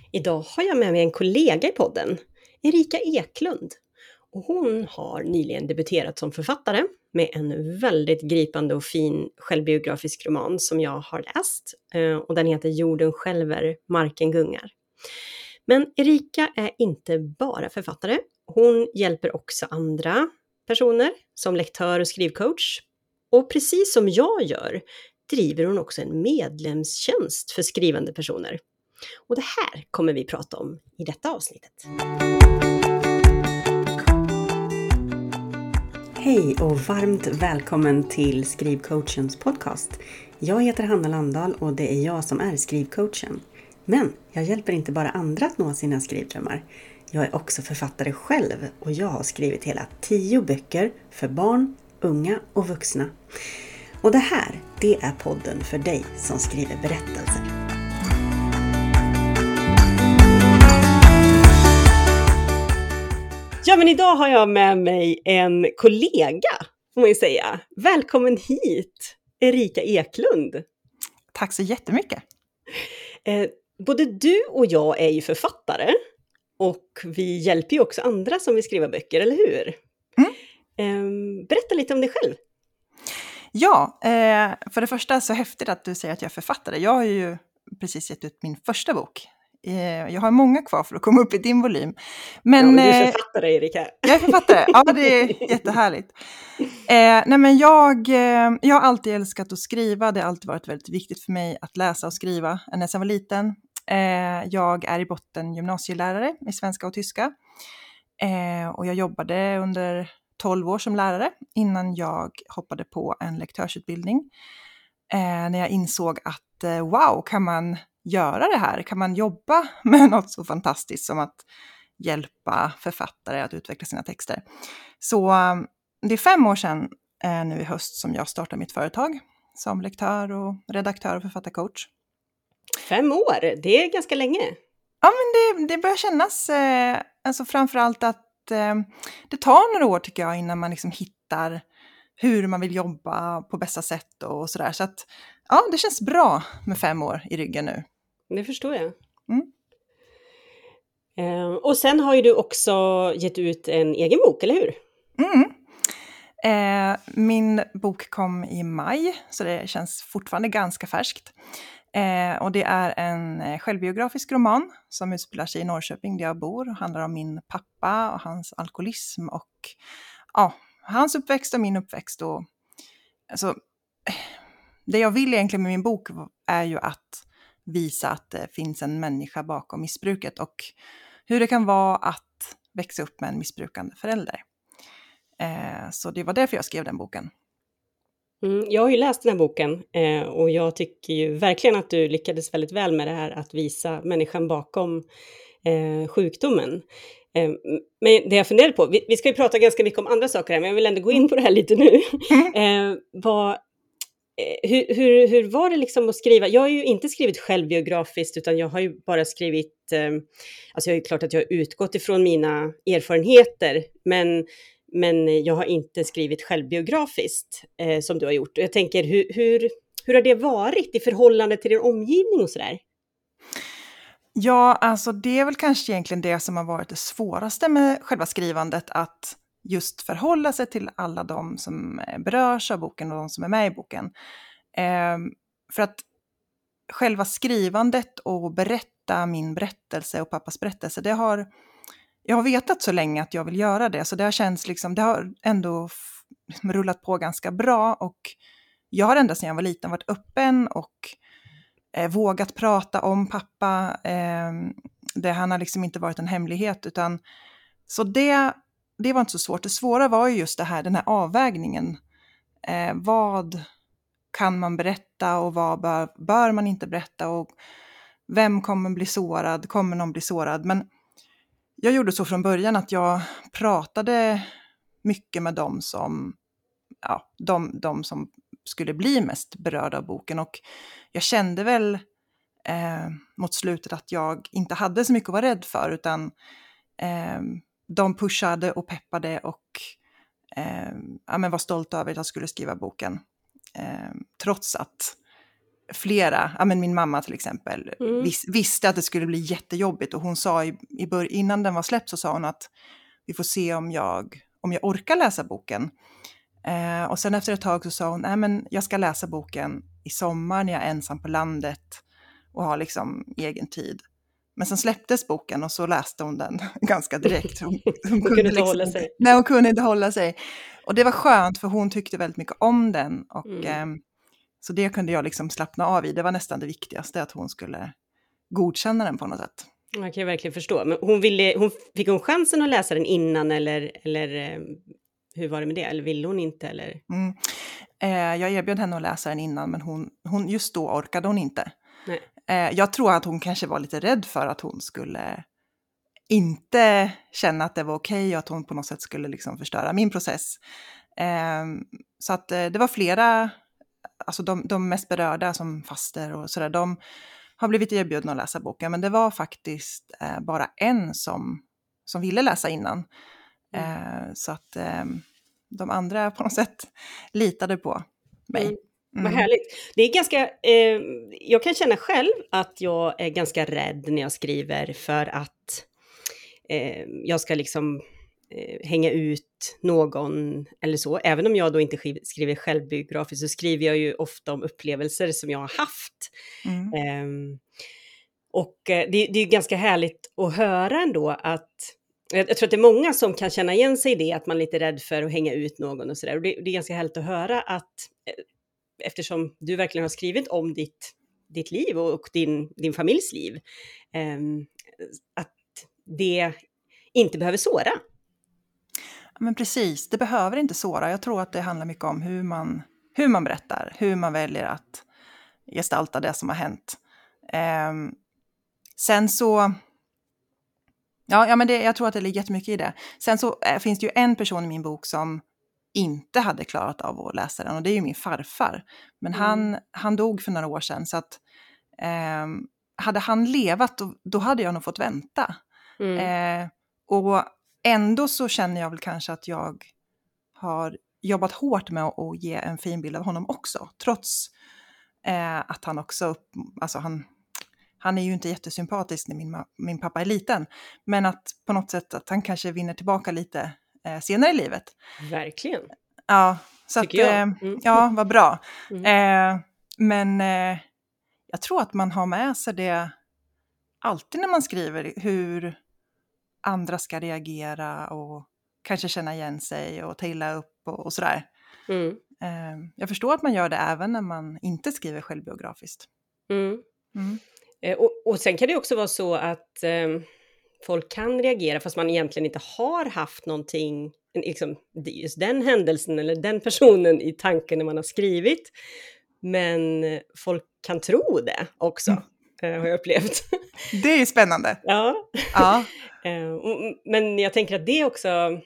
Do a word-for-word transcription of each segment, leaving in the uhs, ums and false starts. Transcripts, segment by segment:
Idag har jag med mig en kollega i podden, Erika Eklund. Och hon har nyligen debuterat som författare med en väldigt gripande och fin självbiografisk roman som jag har läst. Och den heter Jorden skälver, marken gungar. Men Erika är inte bara författare. Hon hjälper också andra personer som lektör och skrivcoach. Och precis som jag gör driver hon också en medlemstjänst för skrivande personer. Och det här kommer vi prata om i detta avsnittet. Hej och varmt välkommen till Skrivcoachens podcast. Jag heter Hanna Landahl och det är jag som är skrivcoachen. Men jag hjälper inte bara andra att nå sina skrivdrömmar. Jag är också författare själv och jag har skrivit hela tio böcker för barn, unga och vuxna. Och det här, det är podden för dig som skriver berättelser. Ja, men idag har jag med mig en kollega, får man ju säga. Välkommen hit, Erika Eklund. Tack så jättemycket. Eh, både du och jag är ju författare och vi hjälper ju också andra som vill skriva böcker, eller hur? Mm. Eh, berätta lite om dig själv. Ja, eh, för det första så häftigt att du säger att jag är författare. Jag har ju precis gett ut min första bok. Jag har många kvar för att komma upp i din volym. Men, ja, men du är författare, Erika. Jag är författare, ja det är jättehärligt. Eh, nej men jag, eh, jag har alltid älskat att skriva. Det har alltid varit väldigt viktigt för mig att läsa och skriva när jag var liten. Eh, jag är i botten gymnasielärare i svenska och tyska. Eh, och jag jobbade under tolv år som lärare innan jag hoppade på en lektörsutbildning. Eh, när jag insåg att eh, wow, kan man göra det här? Kan man jobba med något så fantastiskt som att hjälpa författare att utveckla sina texter? Så det är fem år sedan eh, nu i höst som jag startade mitt företag som lektör och redaktör och författarcoach. Fem år, det är ganska länge. Ja, men det, det börjar kännas, eh, alltså framförallt att eh, det tar några år tycker jag innan man liksom hittar hur man vill jobba på bästa sätt och sådär. Så att ja, det känns bra med fem år i ryggen nu. Det förstår jag. Mm. Eh, och sen har ju du också gett ut en egen bok, eller hur? Mm. Eh, min bok kom i maj, så det känns fortfarande ganska färskt. Eh, och det är en självbiografisk roman som utspelar sig i Norrköping där jag bor. Och handlar om min pappa och hans alkoholism och ja, hans uppväxt och min uppväxt. Och, alltså, det jag vill egentligen med min bok är ju att visa att det finns en människa bakom missbruket och hur det kan vara att växa upp med en missbrukande förälder. Eh, så det var därför jag skrev den boken. Mm, jag har ju läst den här boken eh, och jag tycker ju verkligen att du lyckades väldigt väl med det här att visa människan bakom eh, sjukdomen. Eh, men det jag funderar på, vi, vi ska ju prata ganska mycket om andra saker här, men jag vill ändå gå in på det här lite nu. eh, vad, Hur, hur, hur var det liksom att skriva? Jag har ju inte skrivit självbiografiskt utan jag har ju bara skrivit, eh, alltså jag är klart att jag har utgått ifrån mina erfarenheter, men, men jag har inte skrivit självbiografiskt eh, som du har gjort. Och jag tänker, hur, hur, hur har det varit i förhållande till din omgivning och sådär? Ja, alltså det är väl kanske egentligen det som har varit det svåraste med själva skrivandet, att just förhålla sig till alla de som berörs av boken och de som är med i boken. Eh, för att själva skrivandet och berätta min berättelse och pappas berättelse, det har, jag har vetat så länge att jag vill göra det. Så det har känts liksom, det har ändå f- rullat på ganska bra och jag har ända sedan jag var liten varit öppen och eh, vågat prata om pappa. Eh, det han har liksom inte varit en hemlighet utan så det Det var inte så svårt. Det svåra var ju just det här, den här avvägningen. Eh, vad kan man berätta och vad bör, bör man inte berätta? Och vem kommer bli sårad? Kommer någon bli sårad? Men jag gjorde så från början att jag pratade mycket med dem som, ja, de, de som skulle bli mest berörda av boken. Och jag kände väl eh, mot slutet att jag inte hade så mycket att vara rädd för utan eh, de pushade och peppade och eh, ja, men var stolta över att jag skulle skriva boken. Eh, trots att flera, ja, men min mamma till exempel, Mm. vis, visste att det skulle bli jättejobbigt. Och hon sa i, i bör, innan den var släppt så sa hon att vi får se om jag, om jag orkar läsa boken. Eh, och sen efter ett tag så sa hon, nej men jag ska läsa boken i sommar när jag är ensam på landet och har liksom egen tid. Men sen släpptes boken och så läste hon den ganska direkt. Hon, hon, Hon kunde kunde inte liksom, hålla sig. Nej, hon kunde inte hålla sig. Och det var skönt för hon tyckte väldigt mycket om den. Och, Mm. eh, så det kunde jag liksom slappna av i. Det var nästan det viktigaste, att hon skulle godkänna den på något sätt. Jag kan ju verkligen förstå. Men hon ville, hon, fick hon chansen att läsa den innan eller, eller eh, hur var det med det? Eller ville hon inte? Eller? Mm. Eh, jag erbjöd henne att läsa den innan, men hon, hon, just då orkade hon inte. Nej. Eh, jag tror att hon kanske var lite rädd för att hon skulle inte känna att det var okej och att hon på något sätt skulle liksom förstöra min process. Eh, så att eh, det var flera, alltså de, de mest berörda som faster och sådär, de har blivit erbjudna att läsa boken. Men det var faktiskt eh, bara en som, som ville läsa innan. Eh, så att eh, de andra på något sätt litade på mig. Mm. Mm. Vad härligt. Det är ganska, eh, jag kan känna själv att jag är ganska rädd när jag skriver för att eh, jag ska liksom eh, hänga ut någon eller så. Även om jag då inte skiv, skriver självbiografiskt så skriver jag ju ofta om upplevelser som jag har haft. Mm. Eh, och eh, det, det är ju ganska härligt att höra ändå att jag, jag tror att det är många som kan känna igen sig i det, att man är lite rädd för att hänga ut någon och sådär. Och det, det är ganska härligt att höra att eh, eftersom du verkligen har skrivit om ditt, ditt liv och, och din, din familjs liv, eh, att det inte behöver såra. Men precis, det behöver inte såra. Jag tror att det handlar mycket om hur man, hur man berättar, hur man väljer att gestalta det som har hänt. Eh, sen så, ja, ja men det, jag tror att det ligger jättemycket i det. Sen så äh, finns det ju en person i min bok som inte hade klarat av att läsa den, och det är ju min farfar. Men Mm. han, han dog för några år sedan, så att eh, hade han levat då, då hade jag nog fått vänta. Mm. Eh, och ändå så känner jag väl kanske att jag har jobbat hårt med att, att ge en fin bild av honom också. Trots eh, att han också, upp, alltså han, han är ju inte jättesympatisk när min, min pappa är liten. Men att på något sätt att han kanske vinner tillbaka lite eh, senare i livet. Verkligen. Ja, så att, jag. eh, Mm. ja, vad bra. Mm. Eh, men eh, jag tror att man har med sig det alltid när man skriver, hur andra ska reagera och kanske känna igen sig och ta illa upp och, och sådär. Mm. Eh, jag förstår att man gör det även när man inte skriver självbiografiskt. Mm. Mm. Eh, och, och sen kan det också vara så att eh, folk kan reagera fast man egentligen inte har haft någonting, liksom, just den händelsen eller den personen i tanken när man har skrivit. Men folk kan tro det också, mm. eh, har jag upplevt. Det är ju spännande. Ja. Ja. eh, och, men jag tänker att det också,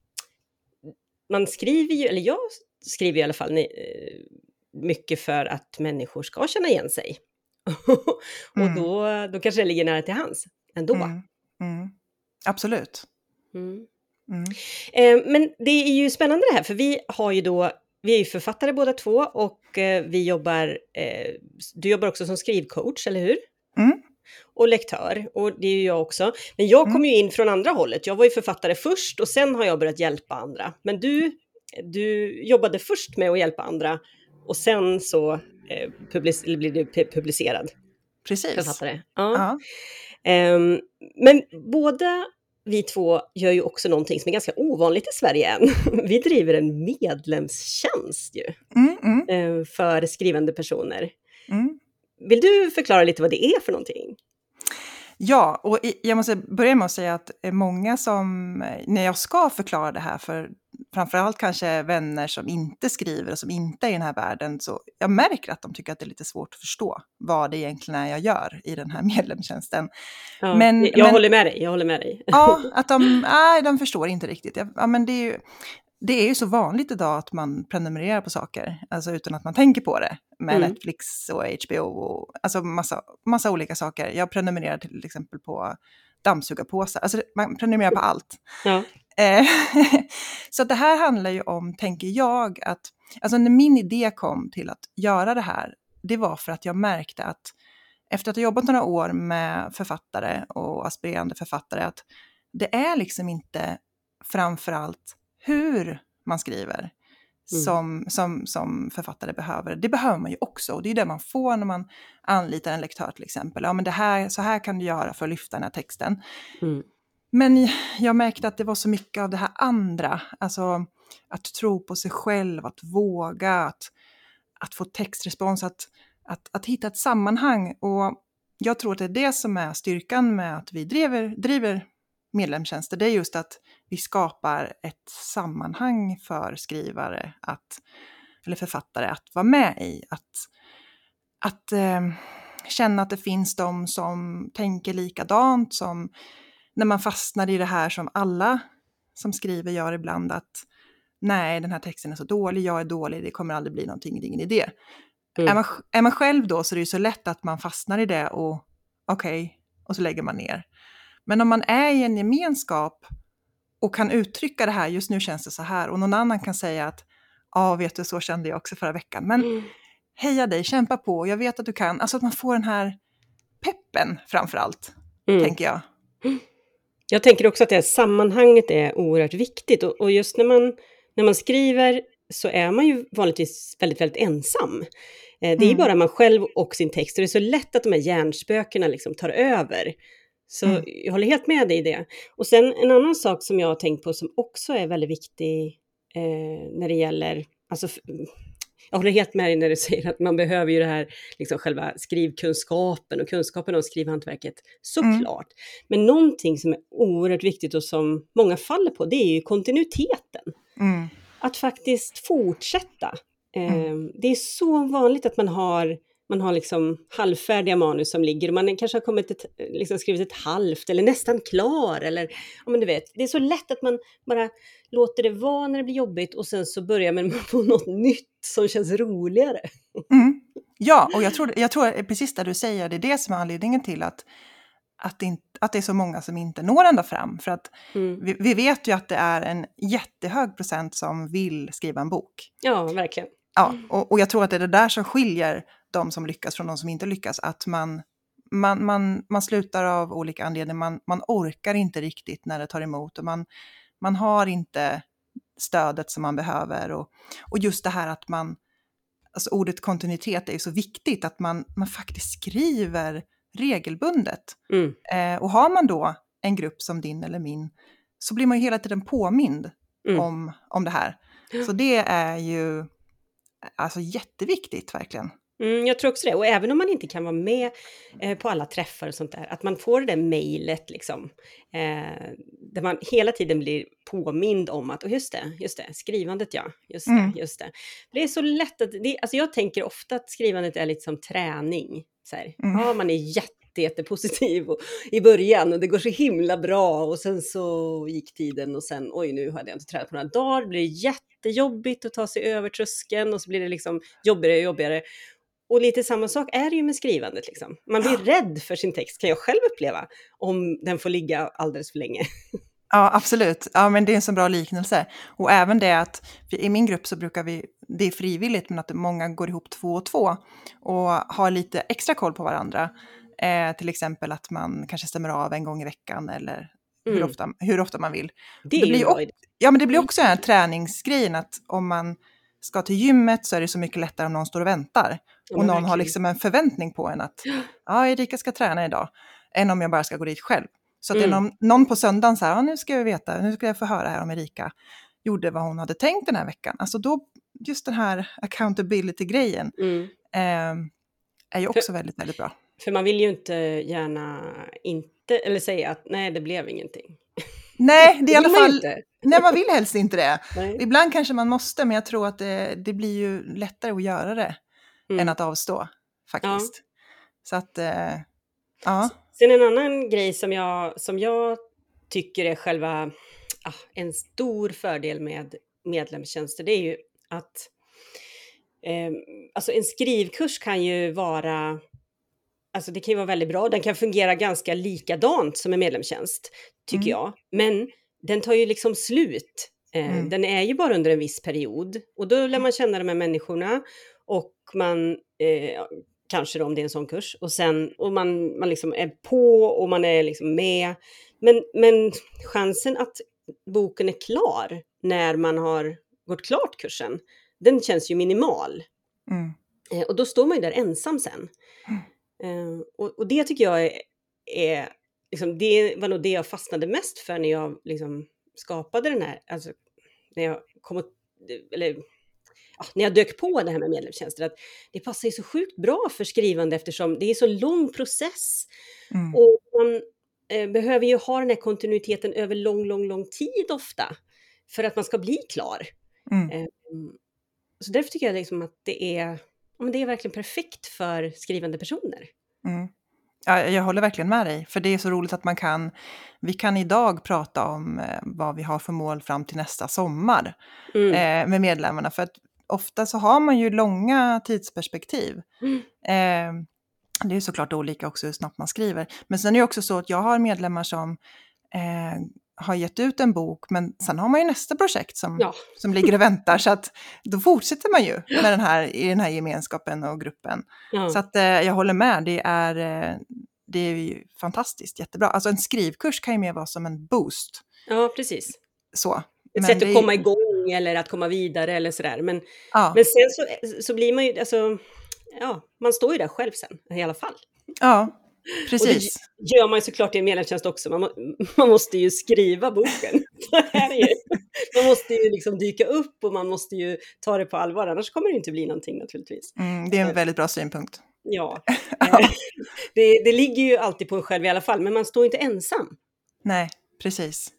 man skriver ju, eller jag skriver i alla fall mycket för att människor ska känna igen sig. och mm. då, då kanske det ligger nära till hands ändå. Mm. Mm. Absolut. Mm. Mm. Eh, men det är ju spännande det här, för vi har ju då, vi är ju författare båda två och eh, vi jobbar, eh, du jobbar också som skrivcoach, eller hur? Mm. Och lektör, och det är ju jag också. Men jag kom mm. ju in från andra hållet, jag var ju författare först och sen har jag börjat hjälpa andra. Men du, du jobbade först med att hjälpa andra och sen så eh, public- eller blir du publicerad. Precis. Författare. Ja. Ja. Um, men båda vi två gör ju också någonting som är ganska ovanligt i Sverige än. Vi driver en medlemstjänst ju, Mm, mm. uh, för skrivande personer. Mm. Vill du förklara lite vad det är för någonting? Ja, och jag måste börja med att säga att många som, när jag ska förklara det här för framförallt kanske vänner som inte skriver och som inte är i den här världen, så jag märker att de tycker att det är lite svårt att förstå vad det egentligen är jag gör i den här medlemstjänsten. Ja, men, jag men, håller med dig, jag håller med dig. Ja, att de, nej, de förstår inte riktigt. Ja, men det är ju, det är ju så vanligt idag att man prenumererar på saker, alltså utan att man tänker på det. Med mm. Netflix och H B O och alltså massa, massa olika saker. Jag prenumererar till exempel på dammsugarpåsar. Alltså man prenumererar på allt. Ja. Så det här handlar ju om, tänker jag, att alltså när min idé kom till att göra det här det var för att jag märkte att efter att ha jobbat några år med författare och aspirerande författare, att det är liksom inte framförallt hur man skriver Mm. som, som, som författare behöver. Det behöver man ju också, och det är det man får när man anlitar en lektör till exempel. Ja, men det här, så här kan du göra för att lyfta den här texten. Mm. Men jag märkte att det var så mycket av det här andra, alltså att tro på sig själv, att våga, att, att få textrespons, att, att, att hitta ett sammanhang. Och jag tror att det är det som är styrkan med att vi driver, driver medlemstjänster. Det är just att vi skapar ett sammanhang för skrivare att, eller författare att vara med i. Att, att eh, känna att det finns de som tänker likadant, som när man fastnar i det här som alla som skriver gör ibland, att nej, den här texten är så dålig, jag är dålig, det kommer aldrig bli någonting, det är ingen idé. Mm. Är, man, är man själv då, så är det ju så lätt att man fastnar i det och okej, okay, och så lägger man ner. Men om man är i en gemenskap och kan uttrycka det här, just nu känns det så här, och någon annan kan säga att ja, vet du, så kände jag också förra veckan, men mm. heja dig, kämpa på, jag vet att du kan. Alltså att man får den här peppen framförallt, mm. tänker jag. Jag tänker också att det här sammanhanget är oerhört viktigt, och, och just när man, när man skriver så är man ju vanligtvis väldigt, väldigt ensam. Eh, det är mm. bara man själv och sin text, och det är så lätt att de här hjärnspökena liksom tar över. Så mm. jag håller helt med dig i det. Och sen en annan sak som jag har tänkt på som också är väldigt viktig eh, när det gäller, alltså jag håller helt med dig när du säger att man behöver ju det här, liksom själva skrivkunskapen och kunskapen om skrivhantverket, såklart. Mm. Men någonting som är oerhört viktigt och som många faller på, det är ju kontinuiteten. Mm. Att faktiskt fortsätta. Mm. Eh, det är så vanligt att man har Man har liksom halvfärdiga manus som ligger. Och man kanske har kommit ett, liksom skrivit ett halvt eller nästan klar. Eller, ja, men du vet, det är så lätt att man bara låter det vara när det blir jobbigt. Och sen så börjar man på något nytt som känns roligare. Mm. Ja, och jag tror, jag tror precis det du säger. Det är det som är anledningen till att, att, det, inte, att det är så många som inte når ända fram. För att mm. vi, vi vet ju att det är en jättehög procent som vill skriva en bok. Ja, verkligen. Ja, och, och jag tror att det är det där som skiljer de som lyckas från de som inte lyckas. Att man, man, man, man slutar av olika anledningar. Man, man orkar inte riktigt när det tar emot. Och man, man har inte stödet som man behöver. Och, och just det här att man, alltså ordet kontinuitet är ju så viktigt. Att man, man faktiskt skriver regelbundet. Mm. Eh, och har man då en grupp som din eller min, så blir man ju hela tiden påmind mm. om, om det här. Så det är ju alltså jätteviktigt verkligen. Mm, jag tror också det. Och även om man inte kan vara med eh, på alla träffar och sånt där. Att man får det där mejlet liksom. Eh, där man hela tiden blir påmind om att, och just det, just det, skrivandet ja. Just det, mm. just det. Det är så lätt att, det, alltså jag tänker ofta att skrivandet är lite som träning. Så här. Mm. Ja, man är jätte, jättepositiv och, i början och det går så himla bra. Och sen så gick tiden och sen, oj nu hade jag inte tränat på några dagar. Det blir jättejobbigt att ta sig över tröskeln och så blir det liksom jobbigare och jobbigare. Och lite samma sak är det ju med skrivandet liksom. Man blir ja. rädd för sin text, kan jag själv uppleva, om den får ligga alldeles för länge. Ja, absolut. Ja, men det är en så bra liknelse. Och även det att i min grupp så brukar vi, det är frivilligt, men att många går ihop två och två och har lite extra koll på varandra. Eh, till exempel att man kanske stämmer av en gång i veckan eller hur, mm. ofta, hur ofta man vill. Det, det blir också, ja, men det blir också en träningsgrejen att om man ska till gymmet så är det så mycket lättare om någon står och väntar. Ja, och någon verkligen. Har liksom en förväntning på en att ja, Erika ska träna idag. Än om jag bara ska gå dit själv. Så att mm. det är någon, någon på söndagen så här, ja, nu ska jag veta, nu ska jag få höra här om Erika gjorde vad hon hade tänkt den här veckan. Alltså då, just den här accountability-grejen mm. eh, är ju också för, väldigt, väldigt bra. För man vill ju inte gärna inte, eller säga att nej, det blev ingenting. Nej, det är i alla fall, nej, man vill helst inte det. Nej. Ibland kanske man måste, men jag tror att det, det blir ju lättare att göra det mm. än att avstå, faktiskt. Ja. Så att, eh, ja. Sen en annan grej som jag, som jag tycker är själva ah, en stor fördel med medlemstjänster, det är ju att eh, alltså en skrivkurs kan ju vara, alltså det kan ju vara väldigt bra, den kan fungera ganska likadant som en medlemstjänst, tycker mm. jag, men den tar ju liksom slut. Eh, mm. Den är ju bara under en viss period och då lär man känna de här människorna och man eh, kanske då, om det är en sån kurs, och sen och man, man liksom är på och man är liksom med, men, men chansen att boken är klar när man har gått klart kursen, den känns ju minimal. Mm. Eh, och då står man ju där ensam sen. Eh, och, och det tycker jag är, är liksom, det var nog det jag fastnade mest för när jag liksom skapade den här, alltså när jag kom att, eller ja, när jag dök på det här med medlemstjänster, att det passar ju så sjukt bra för skrivande eftersom det är så lång process. Mm. Och man eh, behöver ju ha den här kontinuiteten över lång, lång, lång tid ofta för att man ska bli klar. Mm. Eh, så därför tycker jag liksom att det är, ja, men det är verkligen perfekt för skrivande personer. Mm. Ja, jag håller verkligen med dig, för det är så roligt att man kan, vi kan idag prata om eh, vad vi har för mål fram till nästa sommar Mm. eh, med medlemmarna, för att ofta så har man ju långa tidsperspektiv. Mm. Eh, det är ju såklart olika också hur snabbt man skriver, men sen är det också så att jag har medlemmar som eh, har gett ut en bok, men sen har man ju nästa projekt som, Ja. som ligger och väntar, så att då fortsätter man ju med den här, i den här gemenskapen och gruppen. Ja. Så att eh, jag håller med, det är, eh, det är ju fantastiskt, jättebra. Alltså en skrivkurs kan ju mer vara som en boost. Ja, precis. Så. Ett Men sätt det att är- komma igång eller att komma vidare eller sådär. Men, Ja, men sen så, så blir man ju, alltså, ja, man står ju där själv sen i alla fall. ja, Och precis. det gör man ju såklart i en medlemstjänst också. Man, må, man måste ju skriva boken. Så här är ju. Man måste ju liksom dyka upp och man måste ju ta det på allvar. Annars kommer det inte bli någonting naturligtvis. Mm, det är en väldigt bra synpunkt. Ja, eh, det, det ligger ju alltid på en själv i alla fall. Men man står inte ensam. Nej, precis.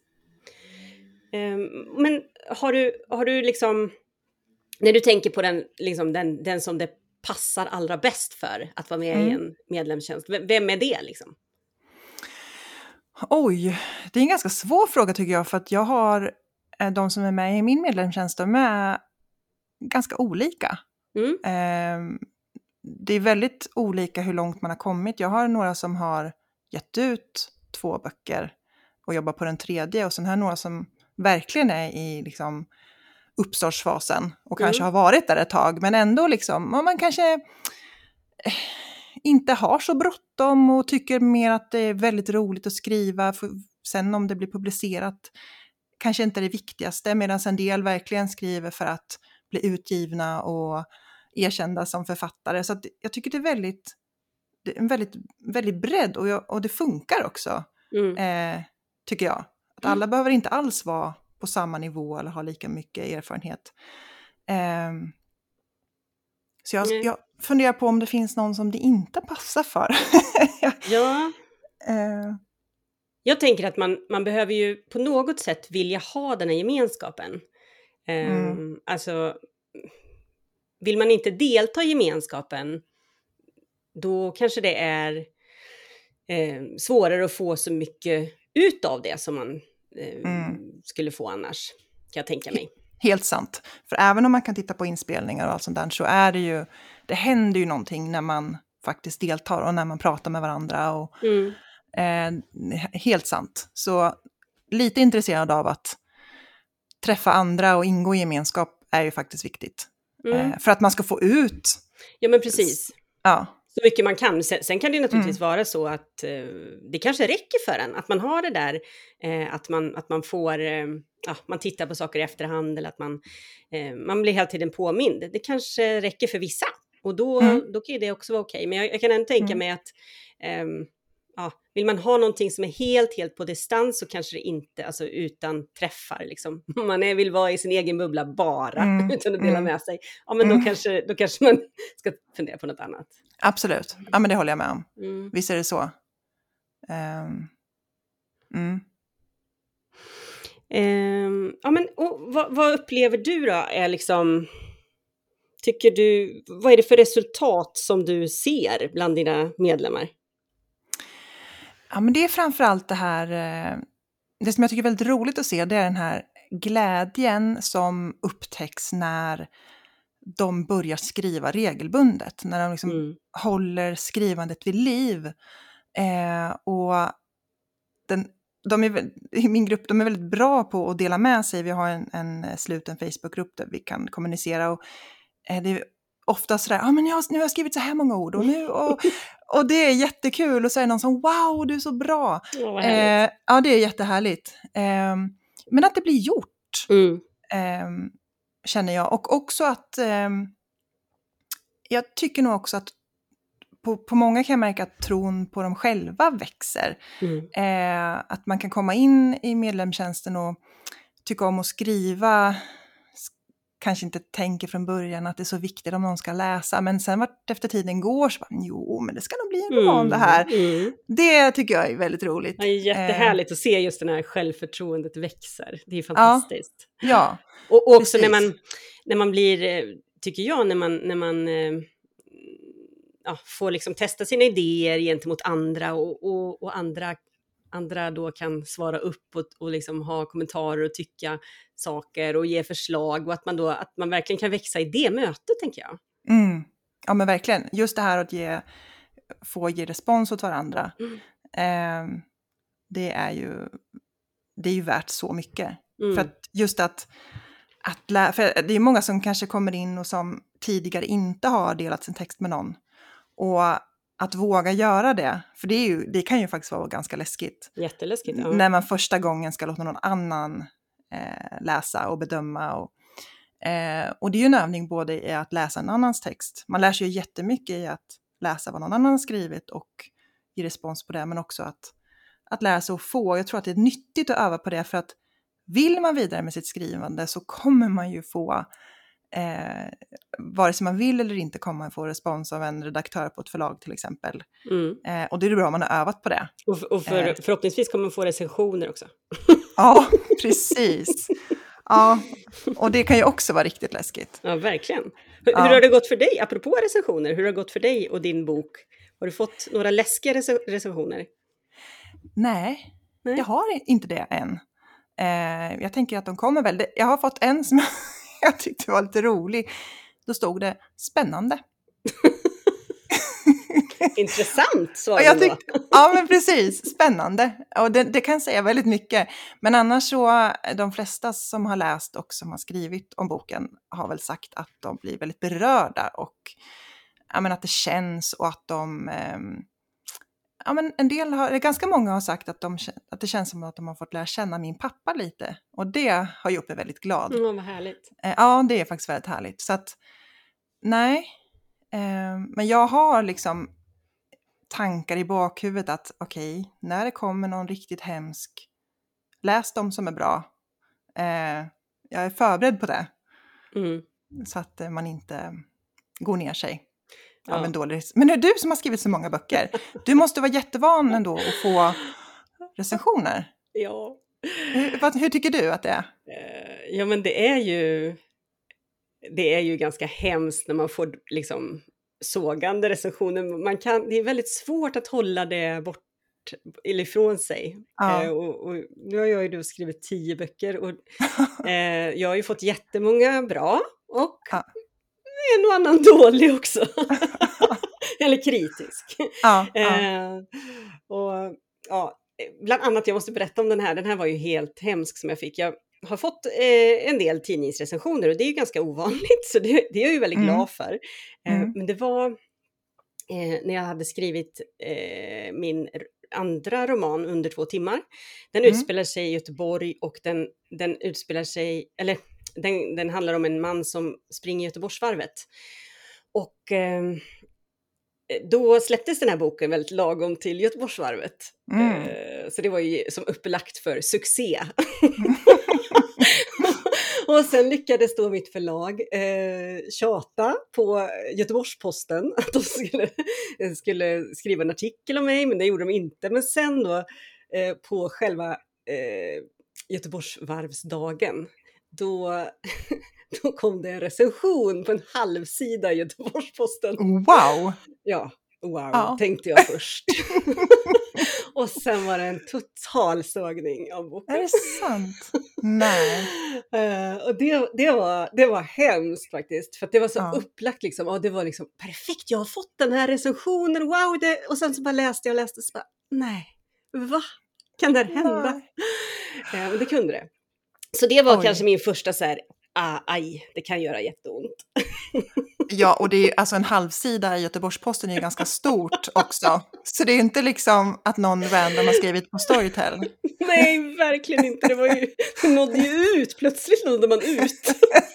Eh, men har du, har du liksom, när du tänker på den, liksom den, den som det passar allra bäst för att vara med Mm. i en medlemstjänst, v- vem är det liksom? Oj, det är en ganska svår fråga tycker jag, för att jag har eh, de som är med i min medlemstjänst, de är ganska olika. Mm. Eh, det är väldigt olika hur långt man har kommit. Jag har några som har gett ut två böcker och jobbar på den tredje, och sen har jag några som verkligen är i liksom uppstartsfasen och kanske Mm. har varit där ett tag, men ändå liksom, om man kanske eh, inte har så bråttom och tycker mer att det är väldigt roligt att skriva, för sen om det blir publicerat kanske inte är det viktigaste, medan en del verkligen skriver för att bli utgivna och erkända som författare. Så att jag tycker det är väldigt, det är en väldigt, väldigt bredd, och, jag, och det funkar också, Mm. eh, tycker jag. Att alla Mm. behöver inte alls vara på samma nivå eller ha lika mycket erfarenhet. Eh, så jag, Nej. jag funderar på om det finns någon som det inte passar för. Ja, eh, jag tänker att man, man behöver ju på något sätt vilja ha den här gemenskapen. Eh, Mm. Alltså, vill man inte delta i gemenskapen, då kanske det är eh, svårare att få så mycket ut av det som man eh, Mm. skulle få annars, kan jag tänka mig. Helt sant. För även om man kan titta på inspelningar och allt sånt där, så är det ju, det händer ju någonting när man faktiskt deltar och när man pratar med varandra. Och, Mm. eh, helt sant. Så lite intresserad av att träffa andra och ingå i gemenskap är ju faktiskt viktigt. Mm. Eh, för att man ska få ut, Ja, men precis. ja, Så mycket man kan. Sen, sen kan det naturligtvis Mm. vara så att eh, det kanske räcker för en. Att man har det där, eh, att, man, att man får, eh, ja, man tittar på saker i efterhand, eller att man, eh, man blir hela tiden påmind. Det kanske räcker för vissa. Och då, Mm. då kan ju det också vara okej. Men jag, jag kan ändå tänka Mm. mig att ehm, ja, vill man ha någonting som är helt, helt på distans, så kanske det inte, alltså utan träffar liksom. Man är, vill vara i sin egen bubbla bara, Mm. utan att dela Mm. med sig. Ja, men Mm. då, kanske, då kanske man ska fundera på något annat. absolut. Ja, men det håller jag med om. Mm. Visst är det så. Ehm, mm. Ehm, ja, men och, vad, vad upplever du då är liksom, tycker du, vad är det för resultat som du ser bland dina medlemmar? Ja, men det är framförallt det här, eh, det som jag tycker är väldigt roligt att se, det är den här glädjen som upptäcks när de börjar skriva regelbundet, när de liksom Mm. håller skrivandet vid liv. Eh, och den, de är, väl- i min grupp, de är väldigt bra på att dela med sig. Vi har en, en sluten Facebookgrupp där vi kan kommunicera, och eh, det är ofta sådär, ah, men jag, nu har jag skrivit så här många ord och nu, och, och det är jättekul, och så är det någon som, wow, du är så bra. Ja, vad härligt. Eh, ja, det är jättehärligt. Eh, men att det blir gjort, Mm. eh, känner jag. Och också att, eh, jag tycker nog också att på, på många kan jag märka att tron på dem själva växer. Mm. Eh, att man kan komma in i medlemstjänsten och tycka om att skriva, kanske inte tänker från början att det är så viktigt om någon ska läsa, men sen vart efter tiden går så bara, jo, men det ska nog bli en roman Mm. det här. Mm. Det tycker jag är väldigt roligt. Det är jättehärligt eh. att se just den här självförtroendet växer. Det är fantastiskt. Ja, ja, och, och också när man, när man blir, tycker jag, när man, när man ja, får liksom testa sina idéer gentemot andra och, och, och andra andra då kan svara upp och, och liksom ha kommentarer och tycka saker och ge förslag, och att man då att man verkligen kan växa i det mötet, tänker jag. Mm. Ja, men verkligen. Just det här att ge, få ge respons åt varandra. Mm. Eh, det är ju det är ju värt så mycket. Mm. För att just att, att lä- för det är många som kanske kommer in och som tidigare inte har delat sin text med någon. Och att våga göra det, för det, är ju, det kan ju faktiskt vara ganska läskigt. Jätteläskigt, ja. När man första gången ska låta någon annan eh, läsa och bedöma. Och, eh, och det är ju en övning både i att läsa en annans text. Man lär sig ju jättemycket i att läsa vad någon annan har skrivit och ge respons på det. Men också att, att lära sig att få. Jag tror att det är nyttigt att öva på det, för att vill man vidare med sitt skrivande så kommer man ju få... Eh, vare sig man vill eller inte kommer man få respons av en redaktör på ett förlag till exempel. Mm. Eh, och det är bra om man har övat på det. Och, och för, eh. förhoppningsvis kommer man få recensioner också. Ja, precis. Ja, och det kan ju också vara riktigt läskigt. Ja, verkligen. Hur, ja. hur har det gått för dig, apropå recensioner? Hur har det gått för dig och din bok? Har du fått några läskiga rec- recensioner? Nej, Nej, jag har inte det än. Eh, jag tänker att de kommer väl. Jag har fått en som jag tyckte var lite rolig. Då stod det spännande. Intressant, så jag tyckte, ja, men precis. Spännande. Och det, det kan säga väldigt mycket. Men annars så, de flesta som har läst och som har skrivit om boken har väl sagt att de blir väldigt berörda. Och ja, men att det känns, och att de... Eh, ja, men en del har, ganska många har sagt att, de, att det känns som att de har fått lära känna min pappa lite. Och det har gjort mig väldigt glad. Mm, vad härligt. Ja, det är faktiskt väldigt härligt. Så att, nej. Eh, men jag har liksom tankar i bakhuvudet att okej, okay, när det kommer någon riktigt hemsk, läs dem som är bra. Eh, jag är förberedd på det. Mm. Så att eh, man inte går ner sig. Ja. Av en dålig... Men det är du som har skrivit så många böcker. Du måste vara jättevan ändå att få recensioner. Ja. Hur, vad, hur tycker du att det är? Uh, ja, men det är ju det är ju ganska hemskt när man får liksom sågande recensioner. Man kan, det är väldigt svårt att hålla det bort eller ifrån sig. Ja. Uh, och, och nu har jag ju då skrivit tio böcker och uh, jag har ju fått jättemånga bra och ja. En och annan dålig också. Eller kritisk. Ja, ja. Eh, och, ja, bland annat, jag måste berätta om den här. Den här var ju helt hemsk som jag fick. Jag har fått eh, en del tidningsrecensioner och det är ju ganska ovanligt. Så det, det är jag ju väldigt mm. glad för. Eh, mm. Men det var eh, när jag hade skrivit eh, min andra roman Under två timmar. Den mm. utspelar sig i Göteborg och den, den utspelar sig... eller Den, den handlar om en man som springer Göteborgsvarvet. Och eh, då släpptes den här boken väldigt lagom till Göteborgsvarvet. Mm. Eh, så det var ju som upplagt för succé. Och sen lyckades då mitt förlag eh, tjata på Göteborgsposten att de skulle, skulle skriva en artikel om mig, men det gjorde de inte. Men sen då eh, på själva eh, Göteborgsvarvsdagen, Då, då kom det en recension på en halvsida i Göteborgsposten. Wow! Ja, wow, ja. Tänkte jag först. Och sen var det en total sågning av boken. Är det sant? Nej. Uh, och det, det, var, det var hemskt faktiskt. För att det var så ja. upplagt liksom. Och det var liksom, perfekt, jag har fått den här recensionen. Wow! Det, och sen så bara läste jag och läste och så bara, nej, va? Kan det här hända? Uh, men det kunde det. Så det var Oj. kanske min första så här ah, aj, det kan göra jätteont. Ja, och det är ju, alltså en halvsida i Göteborgs-Posten är ju ganska stort också. Så det är inte liksom att någon random har skrivit på Storytel. Nej, verkligen inte. Det var ju, det nådde ju ut. Plötsligt nådde man ut.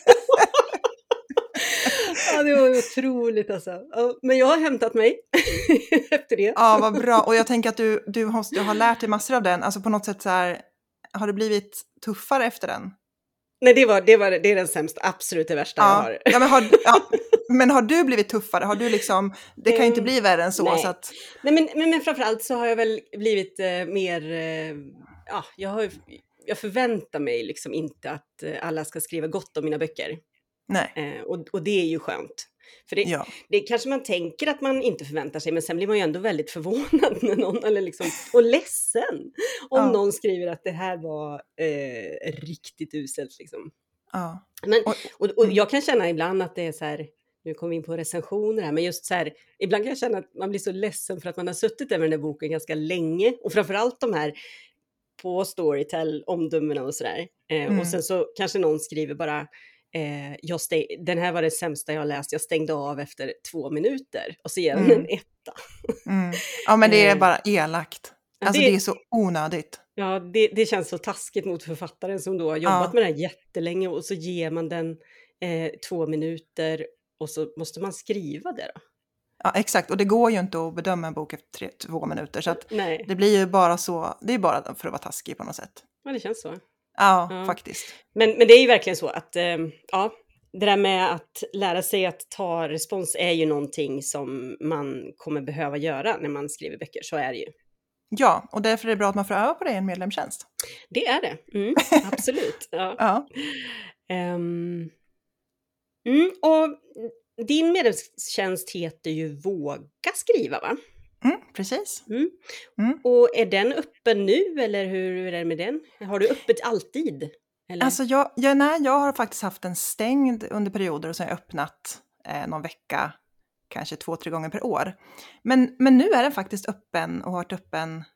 Ja, det var ju otroligt alltså. Ja, men jag har hämtat mig efter det. Ja, vad bra. Och jag tänker att du, du måste ha lärt dig massor av den. Alltså på något sätt så här, har det blivit tuffare efter den? Nej, det, var, det, var, det är den sämsta, absolut det värsta jag Ja, har. ja, men har, ja, men har du blivit tuffare? Har du liksom, det kan ju inte Ehm, bli värre än så. nej. så att, Nej, men, men, men framförallt så har jag väl blivit eh, mer, eh, ja, jag, har, ju- jag förväntar mig liksom inte att eh, alla ska skriva gott om mina böcker. nej, Eh, och, och det är ju skönt. För det, ja. det kanske man tänker att man inte förväntar sig, men sen blir man ju ändå väldigt förvånad när någon, eller liksom, och ledsen om Ja. någon skriver att det här var eh, riktigt uselt. Liksom. Ja. Men, Och- och, och jag kan känna ibland att det är så här, nu kommer vi in på recensioner här, men just så här, ibland kan jag känna att man blir så ledsen för att man har suttit där med den här boken ganska länge, och framförallt de här på Storytel, omdömena och sådär. Eh, Mm. Och sen så kanske någon skriver bara, eh, jag stäng- den här var det sämsta jag har läst, jag stängde av efter två minuter, och så ger den Mm. en etta. Mm. Ja, men det är Eh, bara elakt. ja, Alltså det- det är så onödigt. Ja, det, det känns så taskigt mot författaren som då har jobbat Ja. med det här jättelänge, och så ger man den eh, två minuter och så måste man skriva det då. Ja, exakt. Och det går ju inte att bedöma en bok efter tre, två minuter. Så att Nej, det blir ju bara så, det är bara för att vara taskig på något sätt. ja, det känns så. Ja, Ja. faktiskt. Men, men det är ju verkligen så att eh, ja, det där med att lära sig att ta respons är ju någonting som man kommer behöva göra när man skriver böcker, så är det ju. Ja, och därför är det bra att man får öva på det i en medlemstjänst. Det är det, mm, absolut. Ja. Ja, Ehm, mm, och din medlemstjänst heter ju Våga skriva, va? mm, precis. Mm. Mm. Och är den öppen nu, eller hur är det med den? Har du öppet alltid? Eller? Alltså jag, jag, nej, jag har faktiskt haft den stängd under perioder och sen har jag öppnat eh, någon vecka, kanske två, tre gånger per år. Men, men nu är den faktiskt öppen och har varit öppen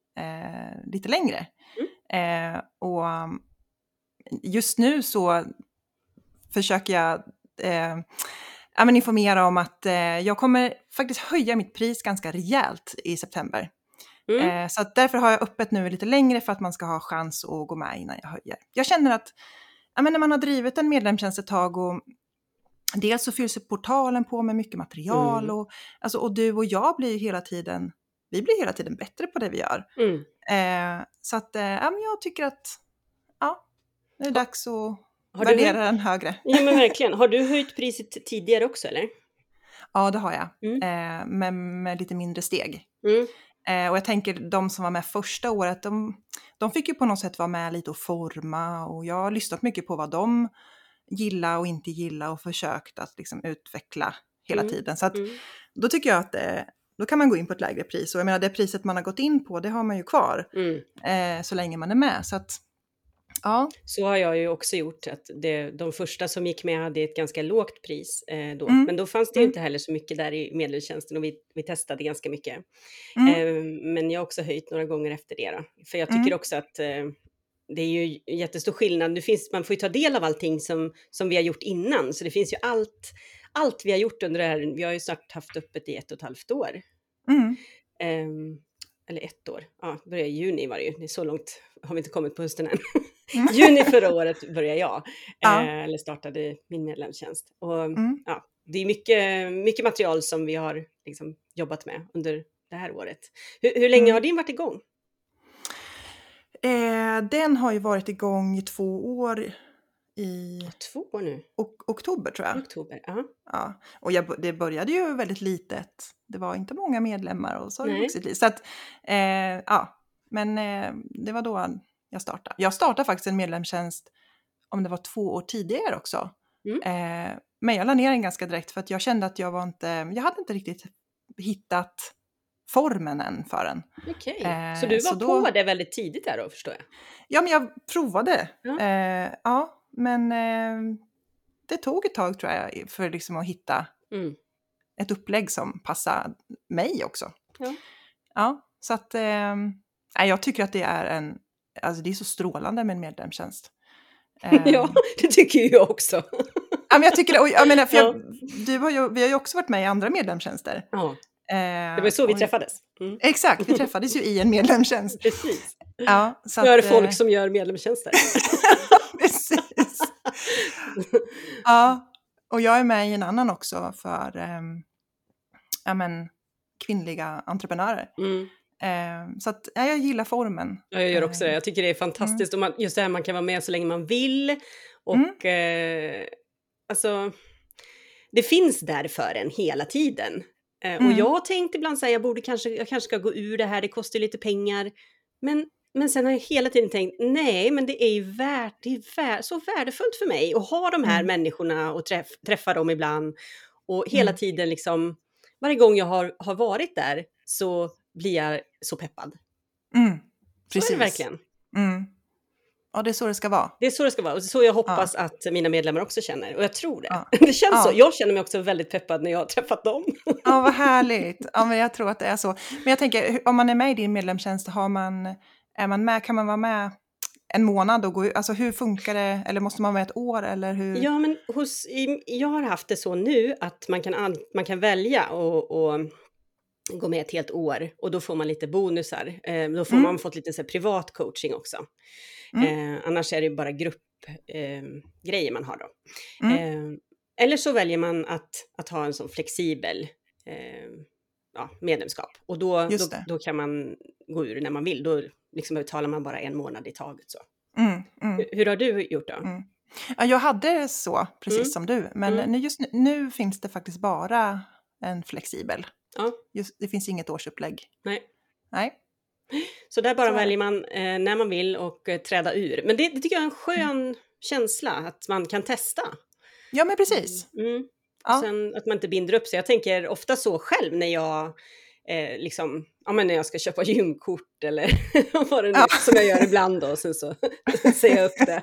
eh, lite längre. Eh, och um, just nu så försöker jag eh, ja, men informera om att eh, jag kommer faktiskt höja mitt pris ganska rejält i september. Mm. Eh, så att därför har jag öppet nu lite längre för att man ska ha chans att gå med innan jag höjer. Jag känner att ja, men när man har drivit en medlemstjänst ett tag och dels så fylls portalen på med mycket material Mm. och, alltså, och du och jag blir hela tiden, vi blir hela tiden bättre på det vi gör. Mm. Eh, så att eh, ja, men jag tycker att ja, det är dags att Har du värdera höjt- den högre. Ja, men verkligen. Har du höjt priset tidigare också, eller? Ja, det har jag. Mm. Eh, med, med lite mindre steg. Mm. Eh, och jag tänker de som var med första året, de, de fick ju på något sätt vara med lite och forma. Och jag har lyssnat mycket på vad de gillar och inte gillar och försökt att liksom utveckla hela Mm. tiden. Så att, Mm. då tycker jag att eh, då kan man gå in på ett lägre pris. Och jag menar, det priset man har gått in på, det har man ju kvar Mm. eh, så länge man är med. Så att, ja. Så har jag ju också gjort, att det, de första som gick med hade ett ganska lågt pris eh, då. Mm. Men då fanns det ju Mm. inte heller så mycket där i medlemstjänsten, och vi, vi testade ganska mycket. Mm. Eh, men jag har också höjt några gånger efter det då. För jag tycker Mm. också att eh, det är ju jättestor skillnad. Det finns, man får ju ta del av allting som, som vi har gjort innan. Så det finns ju allt, allt vi har gjort under det här. Vi har ju snart haft öppet i ett och ett halvt år. Mm. Ehm, eller ett år. Ja, började i juni var det ju. Det är så långt har vi inte kommit på hösten än. Mm. Juni förra året började jag. Ja. Eh, eller startade min medlemstjänst. Och Mm. ja, det är mycket, mycket material som vi har liksom jobbat med under det här året. Hur, hur länge Mm. har din varit igång? Eh, den har ju varit igång i två år i Två år nu. ok- oktober tror I jag. oktober. Ja. Ja. Och jag, det började ju väldigt litet. Det var inte många medlemmar och så har det Nej. vuxit lite. Så att, eh, ja. Men eh, det var då jag startade. Jag startade faktiskt en medlemstjänst om det var två år tidigare också. Mm. Eh, men jag la ner den ganska direkt för att jag kände att jag var inte, jag hade inte riktigt hittat formen än för den. Okej, Eh, så du var så då- på det väldigt tidigt där då, förstår jag? Ja, men jag provade. Ja. Eh, ja, men eh, det tog ett tag tror jag för liksom att hitta Mm. ett upplägg som passar mig också. Ja. Ja, så att eh, nej, jag tycker att det är en, alltså det är så strålande med en medlemstjänst. Ja, det tycker ju jag också. Ja, men jag tycker det. Och jag menar, för jag, du har ju, vi har ju också varit med i andra medlemstjänster. Ja, det var så vi träffades. Mm. Exakt, vi träffades ju i en medlemstjänst. Precis. Ja, så nu är det att, folk som gör medlemstjänster. Precis. Ja, och jag är med i en annan också för um, ja, men, kvinnliga entreprenörer. Mm. Um, så att, ja, jag gillar formen. Ja, jag gör också det. Jag tycker det är fantastiskt. Mm. Och man, just det här, man kan vara med så länge man vill. Och mm. eh, alltså, det finns där för en hela tiden. Eh, mm. Och jag har tänkt ibland så här, jag borde kanske, jag kanske ska gå ur det här, det kostar lite pengar. Men, men sen har jag hela tiden tänkt, nej, men det är ju värt, det är värt, så värdefullt för mig att ha de här mm. människorna och träff, träffa dem ibland. Och hela mm. tiden liksom, varje gång jag har, har varit där så blir jag så peppad. Mm. Precis. Så är det verkligen. Mm. Ja, det är så det ska vara. Det är så det ska vara. Och så jag hoppas ja. att mina medlemmar också känner. Och jag tror det. Ja. Det känns ja. så. Jag känner mig också väldigt peppad när jag har träffat dem. Ja, vad härligt. Ja, men jag tror att det är så. Men jag tänker, om man är med i din medlemstjänst, har man, är man med, kan man vara med en månad och gå ut? Alltså hur funkar det? Eller måste man vara med ett år? Eller hur? Ja, men hos, jag har haft det så nu att man kan, man kan välja och... och gå med ett helt år och då får man lite bonusar. Eh, då får mm. man fått lite så här, privat coaching också. Mm. Eh, annars är det bara gruppgrejer eh, man har då. Mm. Eh, eller så väljer man att, att ha en sån flexibel eh, ja, medlemskap. Och då, då, då kan man gå ur när man vill. Då liksom betalar man bara en månad i taget. Så. Mm. Mm. Hur, hur har du gjort då? Mm. Ja, jag hade så, precis mm. som du. Men mm. nu, just nu, nu finns det faktiskt bara en flexibel. Ja. Just, det finns inget årsupplägg. Nej. Nej. Så där bara så väljer man eh, när man vill och eh, träda ur. Men det, det tycker jag är en skön mm. känsla att man kan testa. Ja, men precis. Mm. Ja. Sen att man inte binder upp sig. Jag tänker ofta så själv när jag eh, liksom, ja, men när jag ska köpa gymkort eller vad det nu ja. som jag gör ibland då. Och sen så säger jag upp det.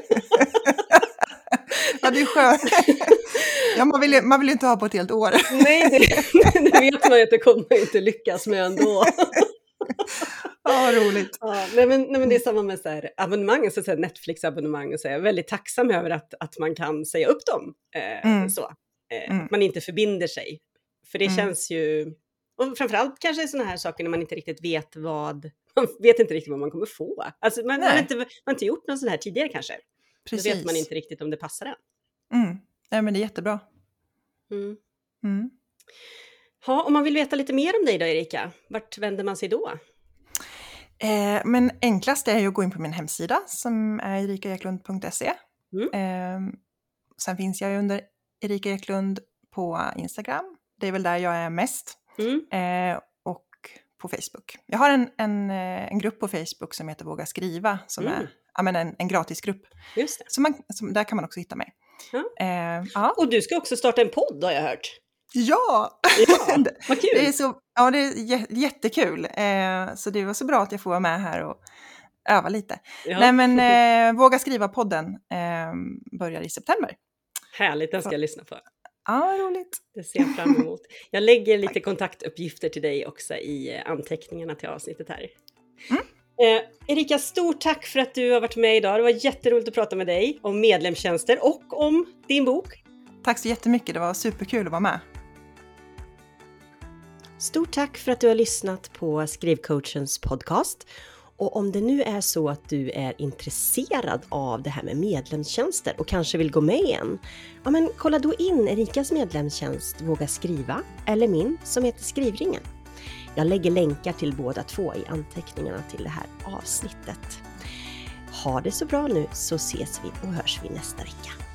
Ja, det är skönt. Ja, man vill ju man vill inte ha på ett helt år. Nej, det, det vet man ju att det kommer man inte lyckas med ändå. Ja, roligt. Ja, nej, men, nej, men det är samma med så här, abonnemang, så, så här, Netflix-abonnemang. Och så, jag är väldigt tacksam över att, att man kan säga upp dem. Eh, mm. så. Eh, mm. Att man inte förbinder sig. För det mm. känns ju... Och framförallt kanske sådana här saker när man inte riktigt vet vad... Man vet inte riktigt vad man kommer få. Alltså, man, man, har inte, man har inte gjort något sånt här tidigare kanske. Precis. Då vet man inte riktigt om det passar en. Mm. Nej, men det är jättebra. Mm. Mm. Ja, om man vill veta lite mer om dig då, Erika, vart vänder man sig då? Eh, men enklast är ju att gå in på min hemsida som är erika eklund punkt se. Mm. Eh, sen finns jag under Erika Eklund på Instagram. Det är väl där jag är mest. Mm. Eh, och på Facebook. Jag har en, en, en grupp på Facebook som heter Våga skriva. Som mm. är ja, men en, en gratisgrupp. Just det. Så man, som, där kan man också hitta mig. Ja. Eh, ja. Och du ska också starta en podd har jag hört. Ja! Ja, vad kul! Det är så, ja, det är j- jättekul. Eh, så det var så bra att jag får vara med här och öva lite. Ja. Nej men eh, Våga skriva-podden eh, börjar i september. Härligt, den ska jag lyssna på. Ja, roligt. Det ser jag fram emot. Jag lägger lite kontaktuppgifter till dig också i anteckningarna till avsnittet här. Mm. Eh, Erika, stort tack för att du har varit med idag. Det var jätteroligt att prata med dig om medlemstjänster och om din bok. Tack så jättemycket, det var superkul att vara med. Stort tack för att du har lyssnat på Skrivcoachens podcast. Och om det nu är så att du är intresserad av det här med medlemstjänster och kanske vill gå med igen, ja men kolla då in Erikas medlemstjänst Våga skriva eller min som heter Skrivringen. Jag lägger länkar till båda två i anteckningarna till det här avsnittet. Ha det så bra nu så ses vi och hörs vi nästa vecka.